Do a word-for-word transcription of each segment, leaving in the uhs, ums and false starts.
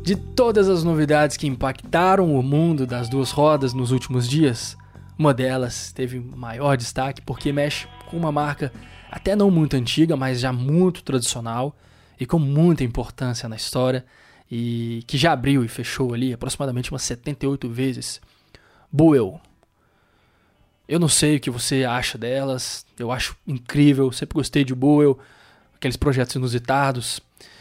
De todas as novidades que impactaram o mundo das duas rodas nos últimos dias, uma delas teve maior destaque porque mexe com uma marca até não muito antiga, mas já muito tradicional e com muita importância na história e que já abriu e fechou ali aproximadamente umas setenta e oito vezes. Buell. Eu não sei o que você acha delas, eu acho incrível, sempre gostei de Buell, aqueles projetos inusitados.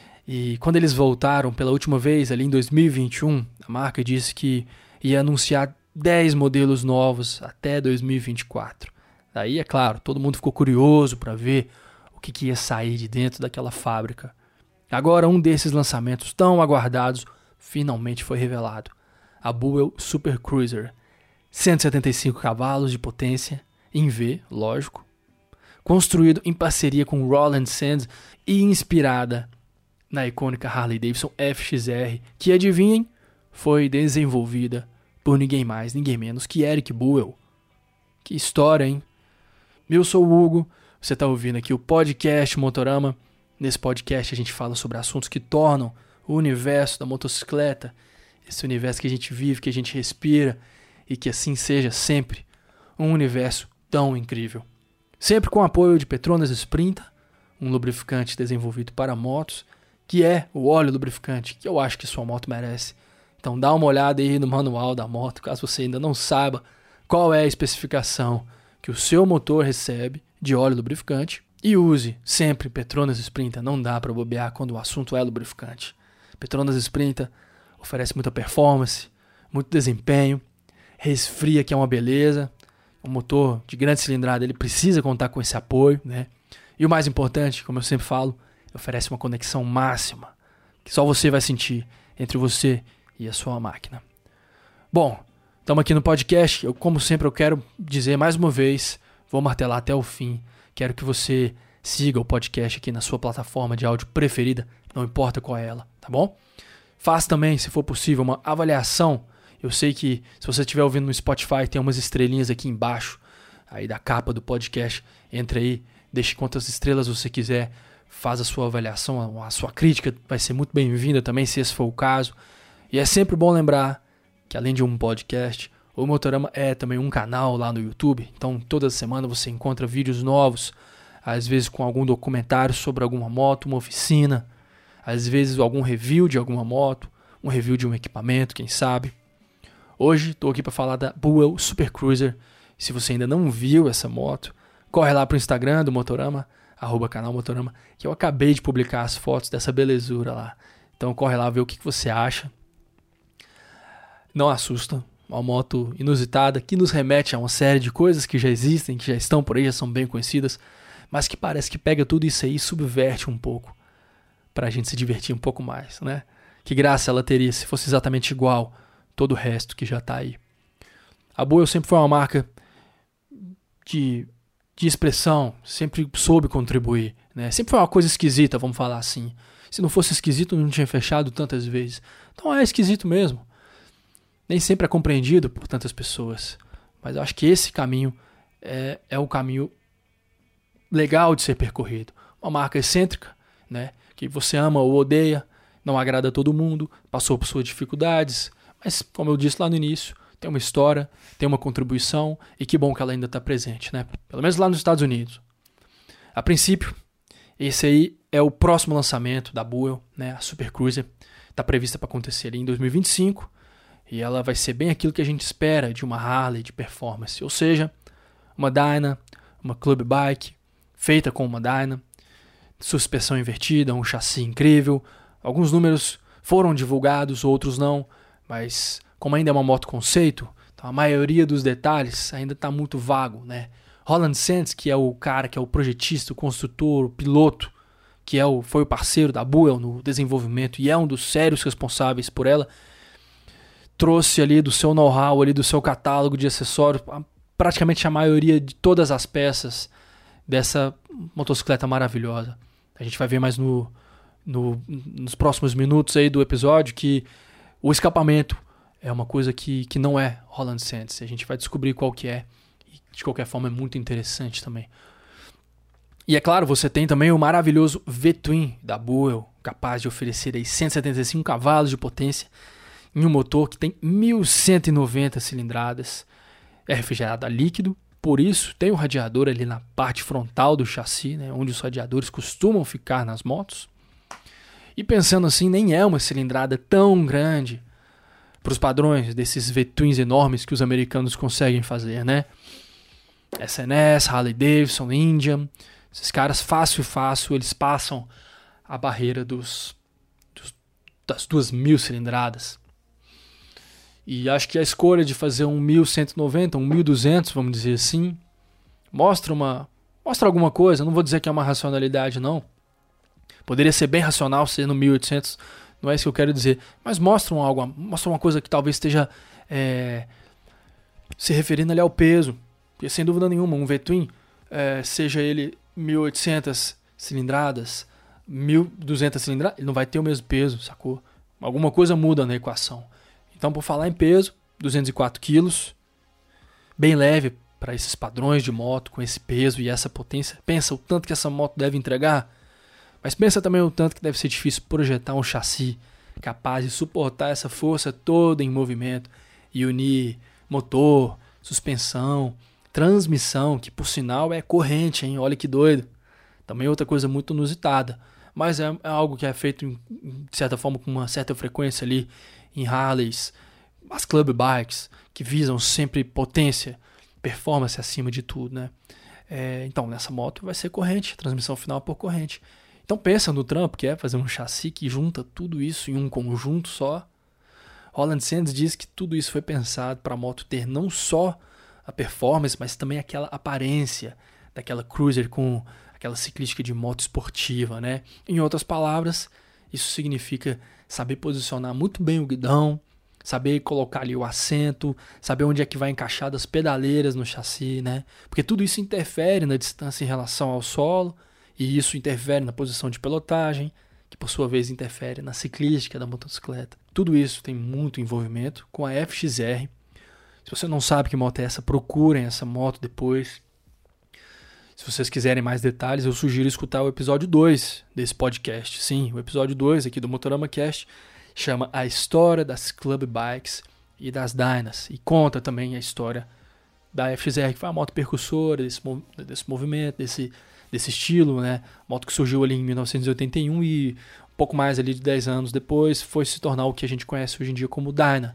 E quando eles voltaram pela última vez, ali em dois mil e vinte e um, a marca disse que ia anunciar dez modelos novos até dois mil e vinte e quatro. Daí, é claro, todo mundo ficou curioso para ver o que, que ia sair de dentro daquela fábrica. Agora, um desses lançamentos tão aguardados finalmente foi revelado. A Buell Super Cruiser. cento e setenta e cinco cavalos de potência, em V, lógico. Construído em parceria com Roland Sands e inspirada na icônica Harley-Davidson F X R, que, adivinhem, foi desenvolvida por ninguém mais, ninguém menos que Eric Buell. Que história, hein? Eu sou o Hugo, você está ouvindo aqui o podcast Motorama. Nesse podcast a gente fala sobre assuntos que tornam o universo da motocicleta, esse universo que a gente vive, que a gente respira, e que assim seja sempre um universo tão incrível. Sempre com o apoio de Petronas Sprinta, um lubrificante desenvolvido para motos, que é o óleo lubrificante que eu acho que sua moto merece. Então dá uma olhada aí no manual da moto, caso você ainda não saiba qual é a especificação que o seu motor recebe de óleo lubrificante. E use sempre Petronas Sprinta, não dá para bobear quando o assunto é lubrificante. Petronas Sprinta oferece muita performance, muito desempenho, resfria que é uma beleza. Um motor de grande cilindrada ele precisa contar com esse apoio, né? E o mais importante, como eu sempre falo, oferece uma conexão máxima, que só você vai sentir entre você e a sua máquina. Bom, estamos aqui no podcast. Eu, como sempre, eu quero dizer mais uma vez, vou martelar até o fim, quero que você siga o podcast aqui na sua plataforma de áudio preferida, não importa qual é ela, tá bom? Faça também, se for possível, uma avaliação. Eu sei que se você estiver ouvindo no Spotify, tem umas estrelinhas aqui embaixo, aí da capa do podcast. Entre aí, deixe quantas estrelas você quiser, faz a sua avaliação, a sua crítica vai ser muito bem-vinda também, se esse for o caso. E é sempre bom lembrar que, além de um podcast, o Motorama é também um canal lá no YouTube. Então, toda semana você encontra vídeos novos, às vezes com algum documentário sobre alguma moto, uma oficina, às vezes algum review de alguma moto, um review de um equipamento, quem sabe. Hoje estou aqui para falar da Buell Super Cruiser. Se você ainda não viu essa moto, corre lá para o Instagram do Motorama, arroba canal Motorama, que eu acabei de publicar as fotos dessa belezura lá. Então corre lá ver o que você acha. Não assusta, uma moto inusitada que nos remete a uma série de coisas que já existem, que já estão por aí, já são bem conhecidas, mas que parece que pega tudo isso aí e subverte um pouco, para a gente se divertir um pouco mais, né? Que graça ela teria se fosse exatamente igual todo o resto que já está aí. A Buell sempre foi uma marca de, de expressão, sempre soube contribuir, né? Sempre foi uma coisa esquisita, vamos falar assim. Se não fosse esquisito, não tinha fechado tantas vezes. Então é esquisito mesmo. Nem sempre é compreendido por tantas pessoas. Mas eu acho que esse caminho é, é o caminho legal de ser percorrido. Uma marca excêntrica, né? Que você ama ou odeia, não agrada a todo mundo, passou por suas dificuldades, mas, como eu disse lá no início, tem uma história, tem uma contribuição, e que bom que ela ainda está presente, né? Pelo menos lá nos Estados Unidos. A princípio, esse aí é o próximo lançamento da Buell, né? A Super Cruiser. Está prevista para acontecer ali em dois mil e vinte e cinco, e ela vai ser bem aquilo que a gente espera de uma Harley de performance, ou seja, uma Dyna, uma Club Bike, feita com uma Dyna, suspensão invertida, um chassi incrível. Alguns números foram divulgados, outros não, mas como ainda é uma moto conceito, então a maioria dos detalhes ainda está muito vago, né? Roland Sands, que é o cara, que é o projetista, o construtor, o piloto, que é o, foi o parceiro da Buell no desenvolvimento e é um dos sérios responsáveis por ela, trouxe ali do seu know-how, ali do seu catálogo de acessórios, praticamente a maioria de todas as peças dessa motocicleta maravilhosa. A gente vai ver mais no, no, nos próximos minutos aí do episódio que o escapamento é uma coisa que, que não é Roland Sands. A gente vai descobrir qual que é. E de qualquer forma é muito interessante também. E é claro, você tem também o maravilhoso V-Twin da Buell, capaz de oferecer aí cento e setenta e cinco cavalos de potência em um motor que tem mil cento e noventa cilindradas. É refrigerado a líquido, por isso tem o radiador ali na parte frontal do chassi, né, onde os radiadores costumam ficar nas motos. E pensando assim, nem é uma cilindrada tão grande para os padrões desses V-Twins enormes que os americanos conseguem fazer, né? S N S, Harley Davidson, Indian, esses caras fácil, fácil, eles passam a barreira dos, dos, das duas mil cilindradas. E acho que a escolha de fazer um mil cento e noventa, um mil e duzentos, vamos dizer assim, mostra uma, mostra alguma coisa. Não vou dizer que é uma racionalidade, não. Poderia ser bem racional ser no mil e oitocentos, não é isso que eu quero dizer. Mas mostra algo, mostra uma coisa que talvez esteja é, se referindo ali ao peso. Porque sem dúvida nenhuma, um V-Twin, é, seja ele mil e oitocentas cilindradas, mil e duzentas cilindradas, ele não vai ter o mesmo peso, sacou? Alguma coisa muda na equação. Então, por falar em peso, duzentos e quatro quilos, bem leve para esses padrões de moto, com esse peso e essa potência. Pensa o tanto que essa moto deve entregar, mas pensa também o tanto que deve ser difícil projetar um chassi capaz de suportar essa força toda em movimento e unir motor, suspensão, transmissão, que por sinal é corrente, hein? Olha que doido. Também outra coisa muito inusitada, mas é, é algo que é feito de certa forma com uma certa frequência ali em Harleys, as club bikes, que visam sempre potência, performance acima de tudo, né? É, então, nessa moto vai ser corrente, transmissão final por corrente. Então pensa no trampo que é fazer um chassi que junta tudo isso em um conjunto só. Roland Sands diz que tudo isso foi pensado para a moto ter não só a performance, mas também aquela aparência daquela cruiser com aquela ciclística de moto esportiva, né? Em outras palavras, isso significa saber posicionar muito bem o guidão, saber colocar ali o assento, saber onde é que vai encaixar as pedaleiras no chassi, né? Porque tudo isso interfere na distância em relação ao solo, e isso interfere na posição de pilotagem, que por sua vez interfere na ciclística da motocicleta. Tudo isso tem muito envolvimento com a F X R. Se você não sabe que moto é essa, procurem essa moto depois. Se vocês quiserem mais detalhes, eu sugiro escutar o episódio dois desse podcast. Sim, o episódio dois aqui do Motorama Cast chama A História das Club Bikes e das Dynas. E conta também a história da F X R, que foi a moto percussora desse, desse movimento, desse, desse estilo, né? Moto que surgiu ali em mil novecentos e oitenta e um e um pouco mais ali de dez anos depois foi se tornar o que a gente conhece hoje em dia como Dyna.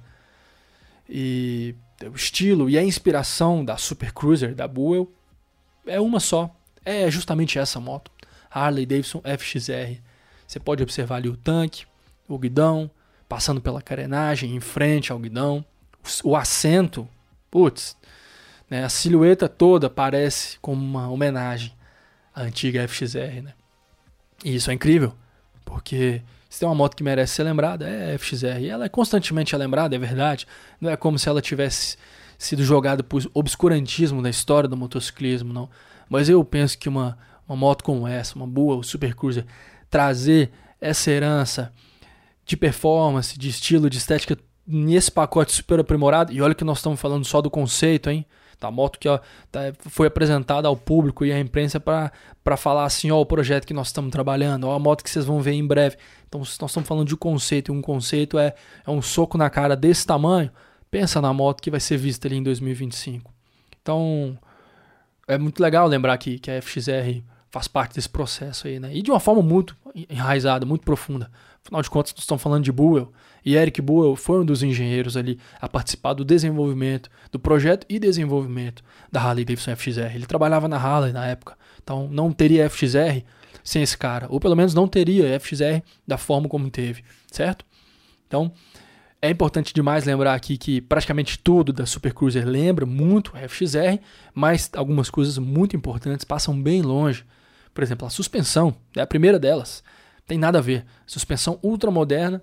E o estilo e a inspiração da Super Cruiser da Buell é uma só, é justamente essa moto, Harley Davidson F X R. Você pode observar ali o tanque, o guidão, passando pela carenagem, em frente ao guidão, o assento, putz, né, a silhueta toda parece como uma homenagem à antiga F X R, né? E isso é incrível, porque se tem uma moto que merece ser lembrada, é a F X R. E ela é constantemente lembrada, é verdade. Não é como se ela tivesse sido jogada por obscurantismo da história do motociclismo, não. Mas eu penso que uma, uma moto como essa, uma boa Super Cruiser, trazer essa herança de performance, de estilo, de estética nesse pacote super aprimorado, e olha que nós estamos falando só do conceito, hein? Da moto que ó, tá, foi apresentada ao público e à imprensa para falar assim, ó, o projeto que nós estamos trabalhando, ó, a moto que vocês vão ver em breve. Então nós estamos falando de conceito, e um conceito é, é um soco na cara desse tamanho. Pensa na moto que vai ser vista ali em dois mil e vinte e cinco. Então é muito legal lembrar que, que a F X R faz parte desse processo aí, né? E de uma forma muito enraizada, muito profunda. Afinal de contas, nós estamos falando de Buell. E Eric Buell foi um dos engenheiros ali a participar do desenvolvimento, do projeto e desenvolvimento da Harley Davidson F X R. Ele trabalhava na Harley na época. Então não teria F X R sem esse cara. Ou pelo menos não teria F X R da forma como teve, certo? Então é importante demais lembrar aqui que praticamente tudo da Super Cruiser lembra muito a F X R, mas algumas coisas muito importantes passam bem longe. Por exemplo, a suspensão, é a primeira delas. Tem nada a ver. Suspensão ultramoderna,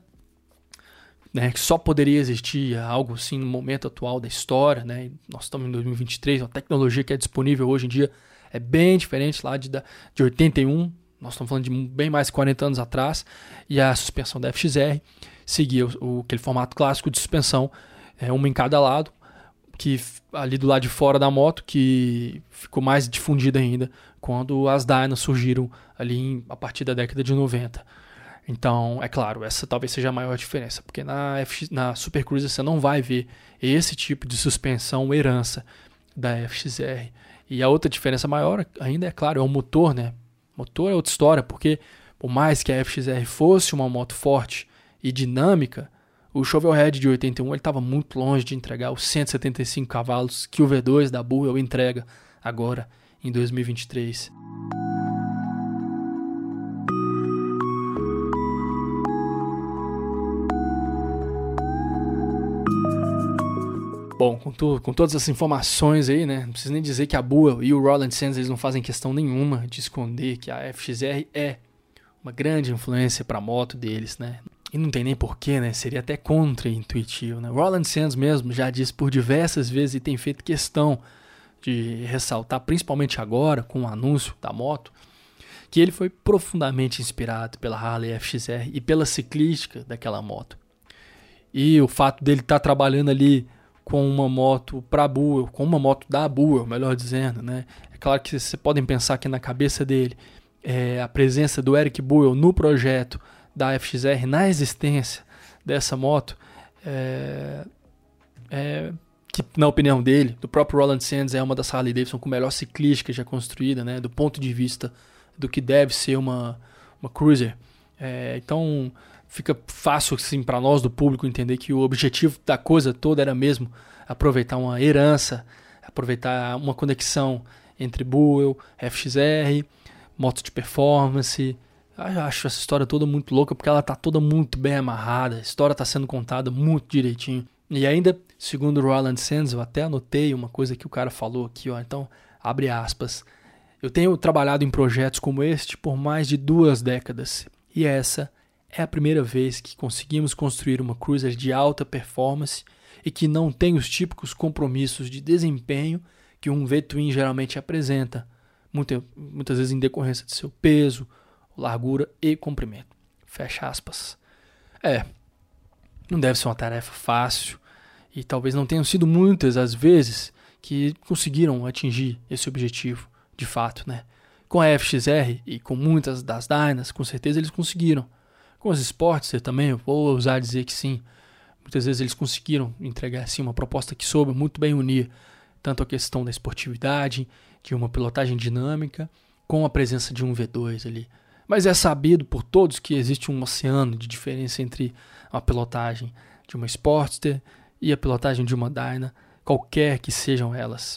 né, que só poderia existir algo assim no momento atual da história, né? Nós estamos em dois mil e vinte e três, a tecnologia que é disponível hoje em dia é bem diferente lá de, de oitenta e um, nós estamos falando de bem mais de quarenta anos atrás, e a suspensão da F X R seguia o, o, aquele formato clássico de suspensão, é, uma em cada lado, que ali do lado de fora da moto, que ficou mais difundida ainda quando as Dynas surgiram ali em, a partir da década de noventa. Então, é claro, essa talvez seja a maior diferença, porque na, F X, na Super Cruiser você não vai ver esse tipo de suspensão herança da F X R. E a outra diferença maior ainda, é claro, é o motor, né? O motor é outra história, porque por mais que a F X R fosse uma moto forte e dinâmica, o Shovelhead de oitenta e um estava muito longe de entregar os cento e setenta e cinco cavalos que o V dois da Buell entrega agora em dois mil e vinte e três. Bom, com, tu, com todas essas informações aí, né, não preciso nem dizer que a Buell e o Roland Sands eles não fazem questão nenhuma de esconder que a F X R é uma grande influência para a moto deles, né? E não tem nem porquê, né? Seria até contra-intuitivo, né? Roland Sands mesmo já disse por diversas vezes e tem feito questão de ressaltar, principalmente agora com o anúncio da moto, que ele foi profundamente inspirado pela Harley F X R e pela ciclística daquela moto. E o fato dele estar tá trabalhando ali com uma moto para Buell, com uma moto da Buell, melhor dizendo, né? É claro que vocês podem pensar que na cabeça dele é a presença do Eric Buell no projeto da F X R, na existência dessa moto, é, é, que na opinião dele, do próprio Roland Sands, é uma das Harley Davidson com melhor ciclística já construída, né, do ponto de vista do que deve ser uma, uma Cruiser. É, então fica fácil assim, para nós do público entender que o objetivo da coisa toda era mesmo aproveitar uma herança, aproveitar uma conexão entre Buell, F X R, motos de performance. Eu acho essa história toda muito louca, porque ela tá toda muito bem amarrada, a história tá sendo contada muito direitinho. E ainda, segundo o Roland Sands, eu até anotei uma coisa que o cara falou aqui, ó, então, abre aspas. Eu tenho trabalhado em projetos como este por mais de duas décadas, e essa é a primeira vez que conseguimos construir uma Cruiser de alta performance e que não tem os típicos compromissos de desempenho que um V-Twin geralmente apresenta, muitas, muitas vezes em decorrência de seu peso, largura e comprimento. Fecha aspas. É, não deve ser uma tarefa fácil e talvez não tenham sido muitas as vezes que conseguiram atingir esse objetivo de fato, né? Com a F X R e com muitas das Dynas, com certeza eles conseguiram. Com as Sportster também, eu vou ousar dizer que sim. Muitas vezes eles conseguiram entregar assim, uma proposta que soube muito bem unir tanto a questão da esportividade, de uma pilotagem dinâmica, com a presença de um V dois ali. Mas é sabido por todos que existe um oceano de diferença entre a pilotagem de uma Sportster e a pilotagem de uma Dyna, qualquer que sejam elas.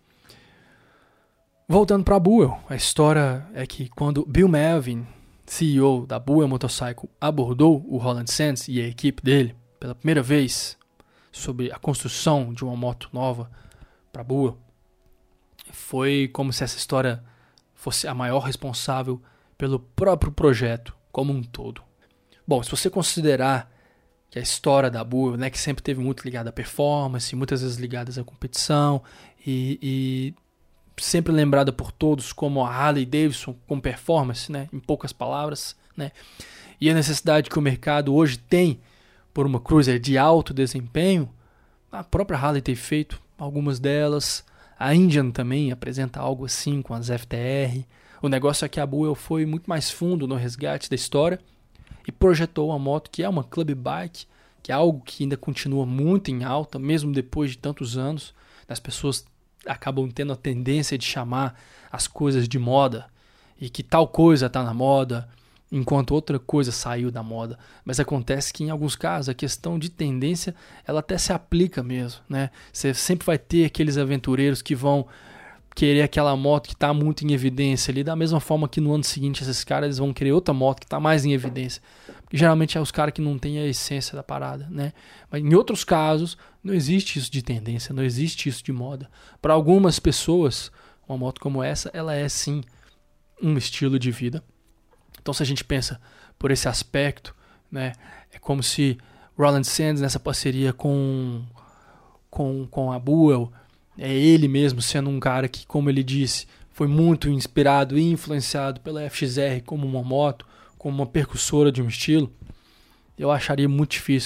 Voltando para a Buell, a história é que quando Bill Melvin, C E O da Buell Motorcycle, abordou o Roland Sands e a equipe dele pela primeira vez sobre a construção de uma moto nova para a Buell, foi como se essa história fosse a maior responsável pelo próprio projeto como um todo. Bom, se você considerar que a história da Buell, né, que sempre teve muito ligada à performance, muitas vezes ligadas à competição e, e sempre lembrada por todos como a Harley Davidson com performance, né, em poucas palavras, né, e a necessidade que o mercado hoje tem por uma Cruiser de alto desempenho, a própria Harley tem feito algumas delas, a Indian também apresenta algo assim com as F T R. O negócio é que a Buell foi muito mais fundo no resgate da história e projetou uma moto que é uma club bike, que é algo que ainda continua muito em alta, mesmo depois de tantos anos. As pessoas acabam tendo a tendência de chamar as coisas de moda e que tal coisa está na moda, enquanto outra coisa saiu da moda. Mas acontece que em alguns casos a questão de tendência ela até se aplica mesmo, né? Você sempre vai ter aqueles aventureiros que vão querer aquela moto que está muito em evidência ali, da mesma forma que no ano seguinte esses caras eles vão querer outra moto que está mais em evidência. Porque geralmente é os caras que não têm a essência da parada, né? Mas em outros casos não existe isso de tendência, não existe isso de moda. Para algumas pessoas, uma moto como essa, ela é sim um estilo de vida. Então se a gente pensa por esse aspecto, né, é como se Roland Sands nessa parceria com, com, com a Buell, é ele mesmo sendo um cara que, como ele disse, foi muito inspirado e influenciado pela F X R como uma moto, como uma percussora de um estilo. Eu acharia muito difícil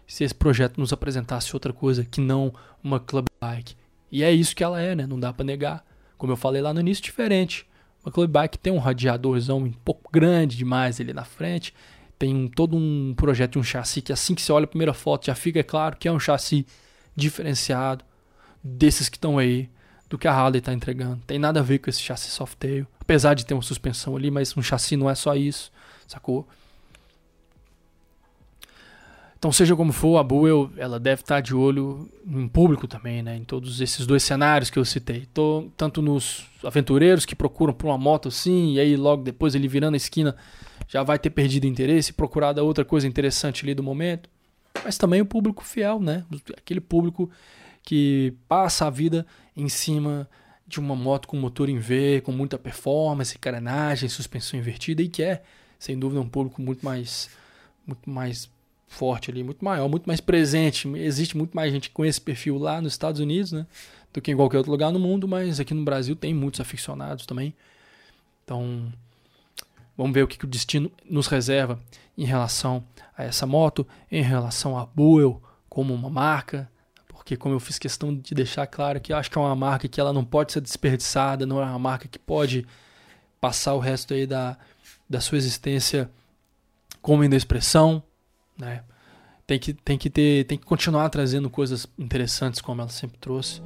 se esse projeto nos apresentasse outra coisa que não uma club bike. E é isso que ela é, né? Não dá pra negar. Como eu falei lá no início, diferente. Uma club bike tem um radiadorzão um pouco grande demais ali na frente. Tem um, todo um projeto de um chassi que assim que você olha a primeira foto já fica claro que é um chassi diferenciado desses que estão aí, do que a Harley está entregando. Tem nada a ver com esse chassi Softail. Apesar de ter uma suspensão ali, mas um chassi não é só isso, sacou? Então, seja como for, a Buell, ela deve estar de olho em público também, né? Em todos esses dois cenários que eu citei. Tô, tanto nos aventureiros que procuram por uma moto assim, e aí logo depois ele virando a esquina já vai ter perdido interesse e procurado outra coisa interessante ali do momento. Mas também o público fiel, né? Aquele público que passa a vida em cima de uma moto com motor em V, com muita performance, carenagem, suspensão invertida, e que é, sem dúvida, um público muito mais, muito mais forte ali, muito maior, muito mais presente. Existe muito mais gente com esse perfil lá nos Estados Unidos, né, do que em qualquer outro lugar no mundo, mas aqui no Brasil tem muitos aficionados também. Então, vamos ver o que o destino nos reserva em relação a essa moto, em relação a Buell como uma marca, porque como eu fiz questão de deixar claro que eu acho que é uma marca que ela não pode ser desperdiçada, não é uma marca que pode passar o resto aí da, da sua existência como ainda expressão, né? Tem que, tem que ter, tem que continuar trazendo coisas interessantes como ela sempre trouxe.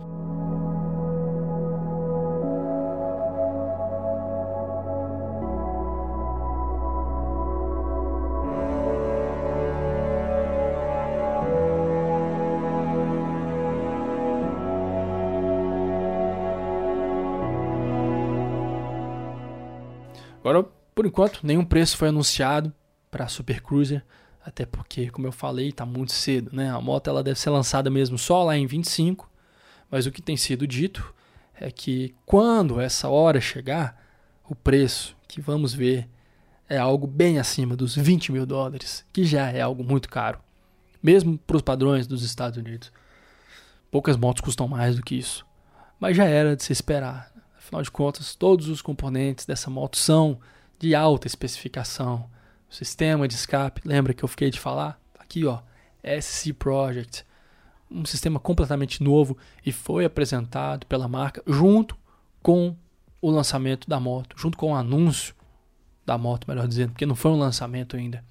Agora, por enquanto, nenhum preço foi anunciado para a Super Cruiser, até porque, como eu falei, está muito cedo, né? A moto ela deve ser lançada mesmo só lá em vinte e cinco, mas o que tem sido dito é que quando essa hora chegar, o preço que vamos ver é algo bem acima dos vinte mil dólares, que já é algo muito caro, mesmo para os padrões dos Estados Unidos. Poucas motos custam mais do que isso, mas já era de se esperar. Afinal de contas, todos os componentes dessa moto são de alta especificação. O sistema de escape, lembra que eu fiquei de falar? Aqui, ó, S C Project. Um sistema completamente novo e foi apresentado pela marca junto com o lançamento da moto, junto com o anúncio da moto, melhor dizendo, porque não foi um lançamento ainda.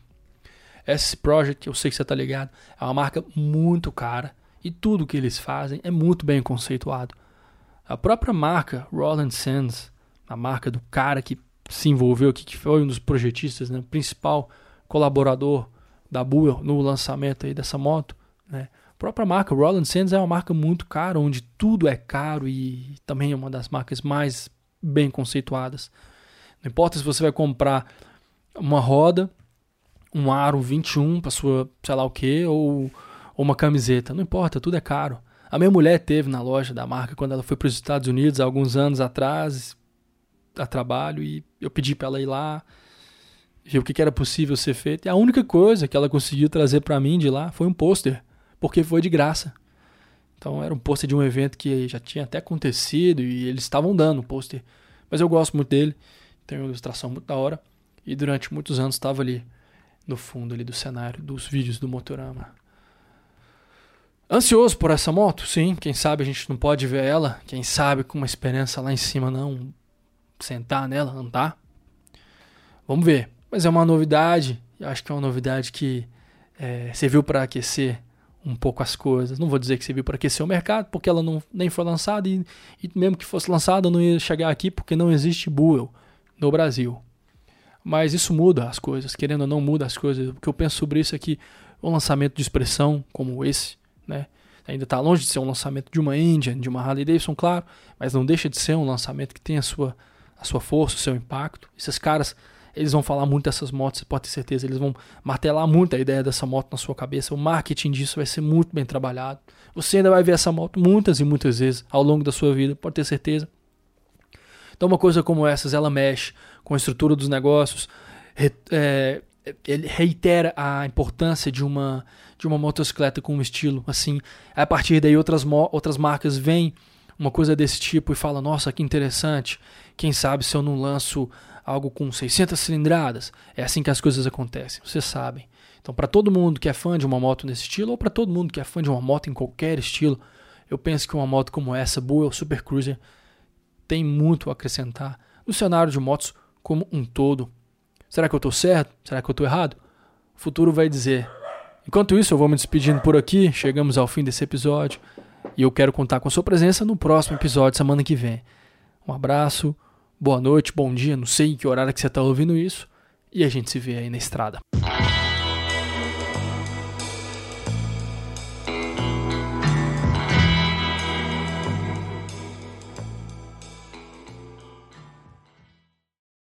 S C Project, eu sei que você tá ligado, é uma marca muito cara e tudo que eles fazem é muito bem conceituado. A própria marca Roland Sands, a marca do cara que se envolveu aqui, que foi um dos projetistas, né, o principal colaborador da Buell no lançamento aí dessa moto, né? A própria marca Roland Sands é uma marca muito cara, onde tudo é caro e também é uma das marcas mais bem conceituadas. Não importa se você vai comprar uma roda, um aro vinte e um para sua, sei lá o que, ou, ou uma camiseta, não importa, tudo é caro. A minha mulher teve na loja da marca quando ela foi para os Estados Unidos há alguns anos atrás, a trabalho, e eu pedi para ela ir lá, ver o que era possível ser feito. E a única coisa que ela conseguiu trazer para mim de lá foi um pôster, porque foi de graça. Então era um pôster de um evento que já tinha até acontecido e eles estavam dando o pôster. Mas eu gosto muito dele, tem uma ilustração muito da hora, e durante muitos anos estava ali no fundo ali do cenário dos vídeos do Motorama. Ansioso por essa moto? Sim, quem sabe a gente não pode ver ela, quem sabe com uma experiência lá em cima não sentar nela, andar. Vamos ver, mas é uma novidade, eu acho que é uma novidade que é, serviu para aquecer um pouco as coisas. Não vou dizer que serviu para aquecer o mercado, porque ela não, nem foi lançada, e, e mesmo que fosse lançada não ia chegar aqui porque não existe Buell no Brasil. Mas isso muda as coisas, querendo ou não muda as coisas. O que eu penso sobre isso é que um lançamento de expressão como esse, né, ainda está longe de ser um lançamento de uma Indian, de uma Harley Davidson, claro, mas não deixa de ser um lançamento que tem a sua, a sua força, o seu impacto. Esses caras, eles vão falar muito dessas motos, você pode ter certeza, eles vão martelar muito a ideia dessa moto na sua cabeça, o marketing disso vai ser muito bem trabalhado. Você ainda vai ver essa moto muitas e muitas vezes ao longo da sua vida, pode ter certeza. Então uma coisa como essas, ela mexe com a estrutura dos negócios, é, ele reitera a importância de uma, de uma motocicleta com um estilo assim. A partir daí outras, outras marcas veem uma coisa desse tipo e falam, nossa, que interessante, quem sabe se eu não lanço algo com seiscentas cilindradas. É assim que as coisas acontecem, vocês sabem. Então, para todo mundo que é fã de uma moto nesse estilo, ou para todo mundo que é fã de uma moto em qualquer estilo, eu penso que uma moto como essa, Buell Super Cruiser, tem muito a acrescentar no cenário de motos como um todo. Será que eu estou certo? Será que eu estou errado? O futuro vai dizer. Enquanto isso, eu vou me despedindo por aqui. Chegamos ao fim desse episódio. E eu quero contar com a sua presença no próximo episódio, semana que vem. Um abraço, boa noite, bom dia, não sei em que horário que você está ouvindo isso. E a gente se vê aí na estrada.